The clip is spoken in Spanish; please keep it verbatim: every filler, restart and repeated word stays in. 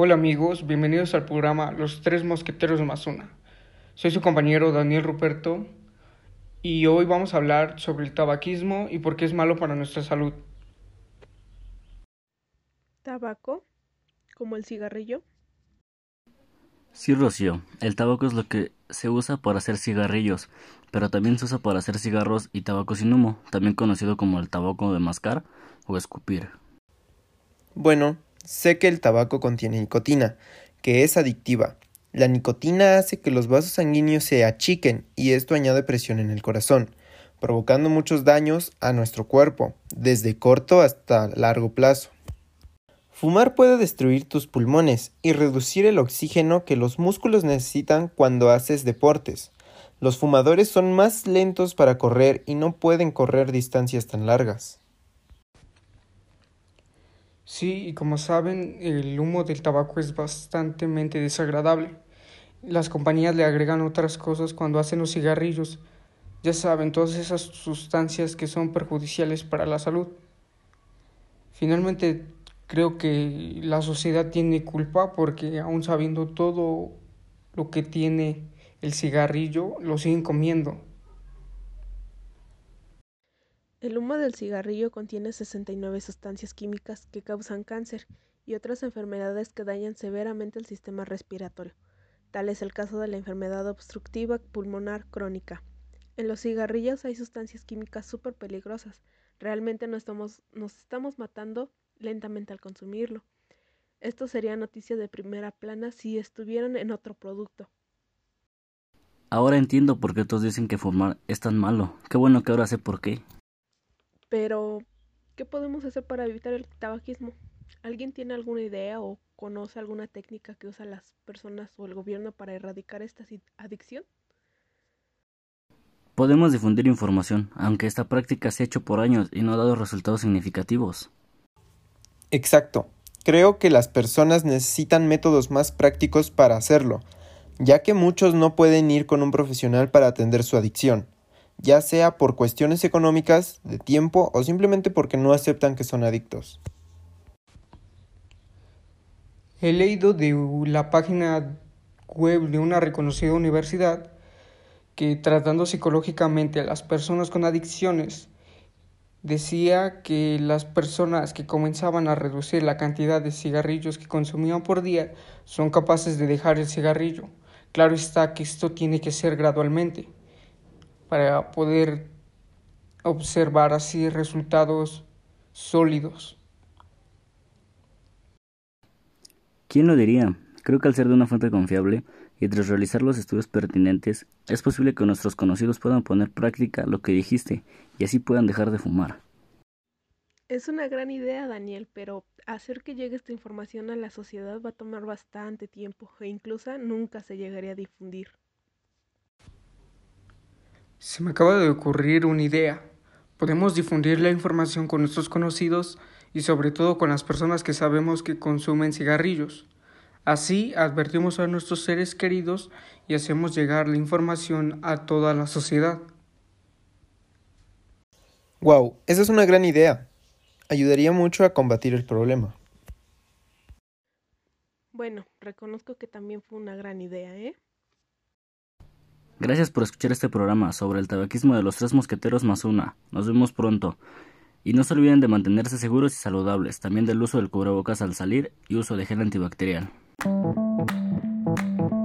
Hola amigos, bienvenidos al programa Los Tres Mosqueteros más Una. Soy su compañero Daniel Ruperto y hoy vamos a hablar sobre el tabaquismo y por qué es malo para nuestra salud. ¿Tabaco? ¿Como el cigarrillo? Sí, Rocío, el tabaco es lo que se usa para hacer cigarrillos, pero también se usa para hacer cigarros y tabaco sin humo, también conocido como el tabaco de mascar o escupir. Bueno, sé que el tabaco contiene nicotina, que es adictiva. La nicotina hace que los vasos sanguíneos se achiquen y esto añade presión en el corazón, provocando muchos daños a nuestro cuerpo, desde corto hasta largo plazo. Fumar puede destruir tus pulmones y reducir el oxígeno que los músculos necesitan cuando haces deportes. Los fumadores son más lentos para correr y no pueden correr distancias tan largas. Sí, y como saben, el humo del tabaco es bastante desagradable. Las compañías le agregan otras cosas cuando hacen los cigarrillos. Ya saben, todas esas sustancias que son perjudiciales para la salud. Finalmente, creo que la sociedad tiene culpa porque aún sabiendo todo lo que tiene el cigarrillo, lo siguen comiendo. El humo del cigarrillo contiene sesenta y nueve sustancias químicas que causan cáncer y otras enfermedades que dañan severamente el sistema respiratorio. Tal es el caso de la enfermedad obstructiva pulmonar crónica. En los cigarrillos hay sustancias químicas súper peligrosas. Realmente nos estamos, nos estamos matando lentamente al consumirlo. Esto sería noticia de primera plana si estuvieran en otro producto. Ahora entiendo por qué todos dicen que fumar es tan malo. Qué bueno que ahora sé por qué. Pero, ¿qué podemos hacer para evitar el tabaquismo? ¿Alguien tiene alguna idea o conoce alguna técnica que usan las personas o el gobierno para erradicar esta adicción? Podemos difundir información, aunque esta práctica se ha hecho por años y no ha dado resultados significativos. Exacto. Creo que las personas necesitan métodos más prácticos para hacerlo, ya que muchos no pueden ir con un profesional para atender su adicción, ya sea por cuestiones económicas, de tiempo o simplemente porque no aceptan que son adictos. He leído de la página web de una reconocida universidad que tratando psicológicamente a las personas con adicciones, decía que las personas que comenzaban a reducir la cantidad de cigarrillos que consumían por día son capaces de dejar el cigarrillo. Claro está que esto tiene que ser gradualmente para poder observar así resultados sólidos. ¿Quién lo diría? Creo que al ser de una fuente confiable y tras realizar los estudios pertinentes, es posible que nuestros conocidos puedan poner en práctica lo que dijiste y así puedan dejar de fumar. Es una gran idea, Daniel, pero hacer que llegue esta información a la sociedad va a tomar bastante tiempo e incluso nunca se llegaría a difundir. Se me acaba de ocurrir una idea. Podemos difundir la información con nuestros conocidos y sobre todo con las personas que sabemos que consumen cigarrillos. Así advertimos a nuestros seres queridos y hacemos llegar la información a toda la sociedad. Wow, esa es una gran idea. Ayudaría mucho a combatir el problema. Bueno, reconozco que también fue una gran idea, ¿eh? Gracias por escuchar este programa sobre el tabaquismo de los tres mosqueteros más una. Nos vemos pronto. Y no se olviden de mantenerse seguros y saludables, también del uso del cubrebocas al salir y uso de gel antibacterial.